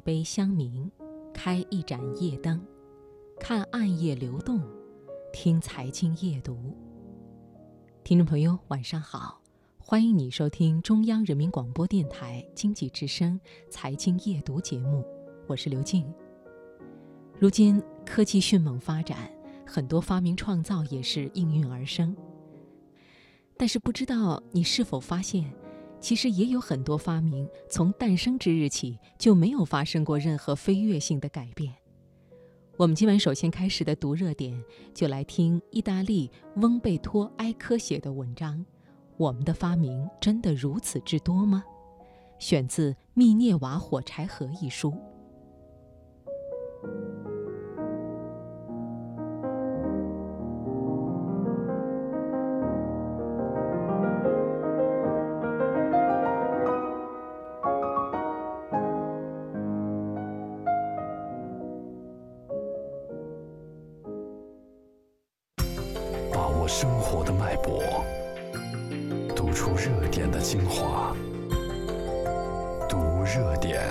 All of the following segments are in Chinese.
杯香茗，开一盏夜灯，看暗夜流动，听财经夜读。听众朋友晚上好，欢迎你收听中央人民广播电台经济之声财经夜读节目，我是刘静。如今科技迅猛发展，很多发明创造也是应运而生。但是不知道你是否发现，其实也有很多发明从诞生之日起就没有发生过任何飞跃性的改变。我们今晚首先开始的读热点，就来听意大利翁贝托埃科写的文章《我们的发明真的如此之多吗》，选自《密涅瓦火柴盒》一书。 把握生活的脉搏，读出热点的精华，读热点。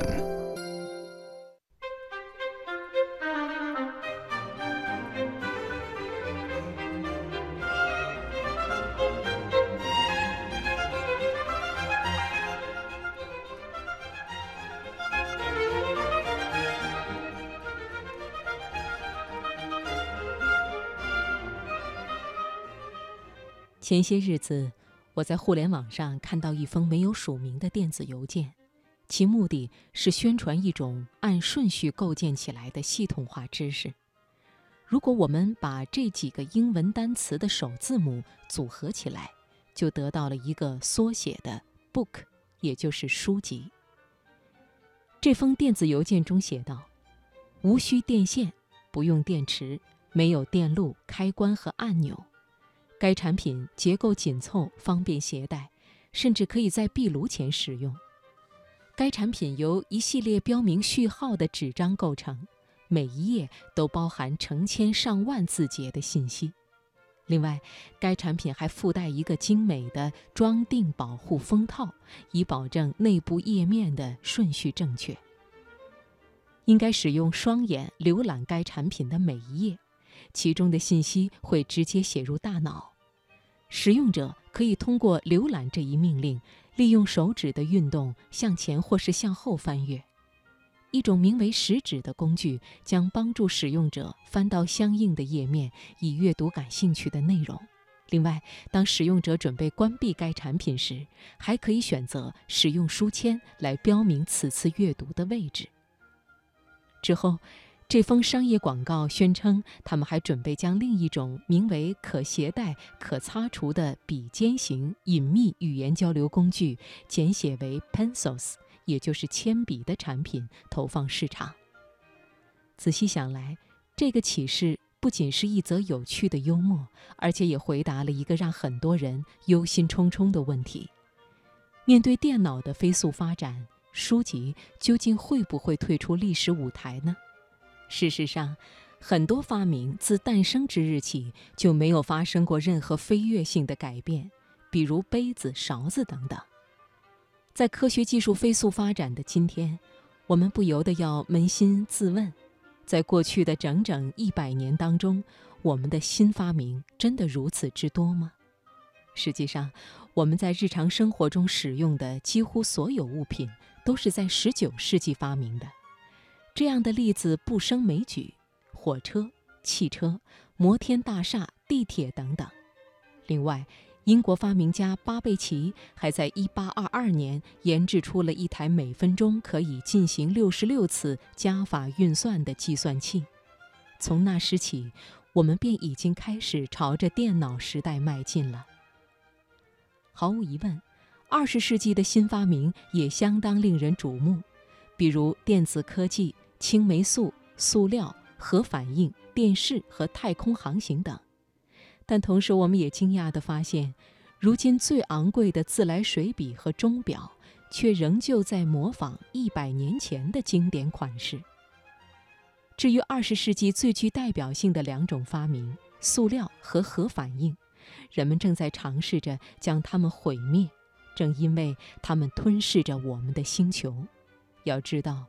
前些日子，我在互联网上看到一封没有署名的电子邮件，其目的是宣传一种按顺序构建起来的系统化知识。如果我们把这几个英文单词的首字母组合起来，就得到了一个缩写的 book， 也就是书籍。这封电子邮件中写道：无需电线，不用电池，没有电路、开关和按钮。该产品结构紧凑，方便携带，甚至可以在壁炉前使用。该产品由一系列标明序号的纸张构成，每一页都包含成千上万字节的信息。另外，该产品还附带一个精美的装订保护封套，以保证内部页面的顺序正确。应该使用双眼浏览该产品的每一页，其中的信息会直接写入大脑。使用者可以通过浏览这一命令，利用手指的运动向前或是向后翻阅。一种名为食指的工具将帮助使用者翻到相应的页面，以阅读感兴趣的内容。另外，当使用者准备关闭该产品时，还可以选择使用书签来标明此次阅读的位置。之后，这封商业广告宣称，他们还准备将另一种名为可携带、可擦除的笔尖型隐秘语言交流工具，简写为 Pencils， 也就是铅笔的产品投放市场。仔细想来，这个启示不仅是一则有趣的幽默，而且也回答了一个让很多人忧心忡忡的问题：面对电脑的飞速发展，书籍究竟会不会退出历史舞台呢？事实上，很多发明自诞生之日起就没有发生过任何飞跃性的改变，比如杯子、勺子等等。在科学技术飞速发展的今天，我们不由得要扪心自问，在过去的整整100年当中，我们的新发明真的如此之多吗？实际上，我们在日常生活中使用的几乎所有物品都是在19世纪发明的。这样的例子不胜枚举，火车、汽车、摩天大厦、地铁等等。另外，英国发明家巴贝奇还在1822年研制出了一台每分钟可以进行66次加法运算的计算器。从那时起，我们便已经开始朝着电脑时代迈进了。毫无疑问，20世纪的新发明也相当令人瞩目，比如电子科技、青霉素、塑料、核反应、电视和太空航行等。但同时我们也惊讶地发现，如今最昂贵的自来水笔和钟表却仍旧在模仿100年前的经典款式。至于20世纪最具代表性的2种发明，塑料和核反应，人们正在尝试着将它们毁灭，正因为它们吞噬着我们的星球。要知道，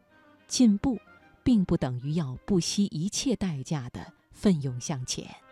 进步并不等于要不惜一切代价地奋勇向前。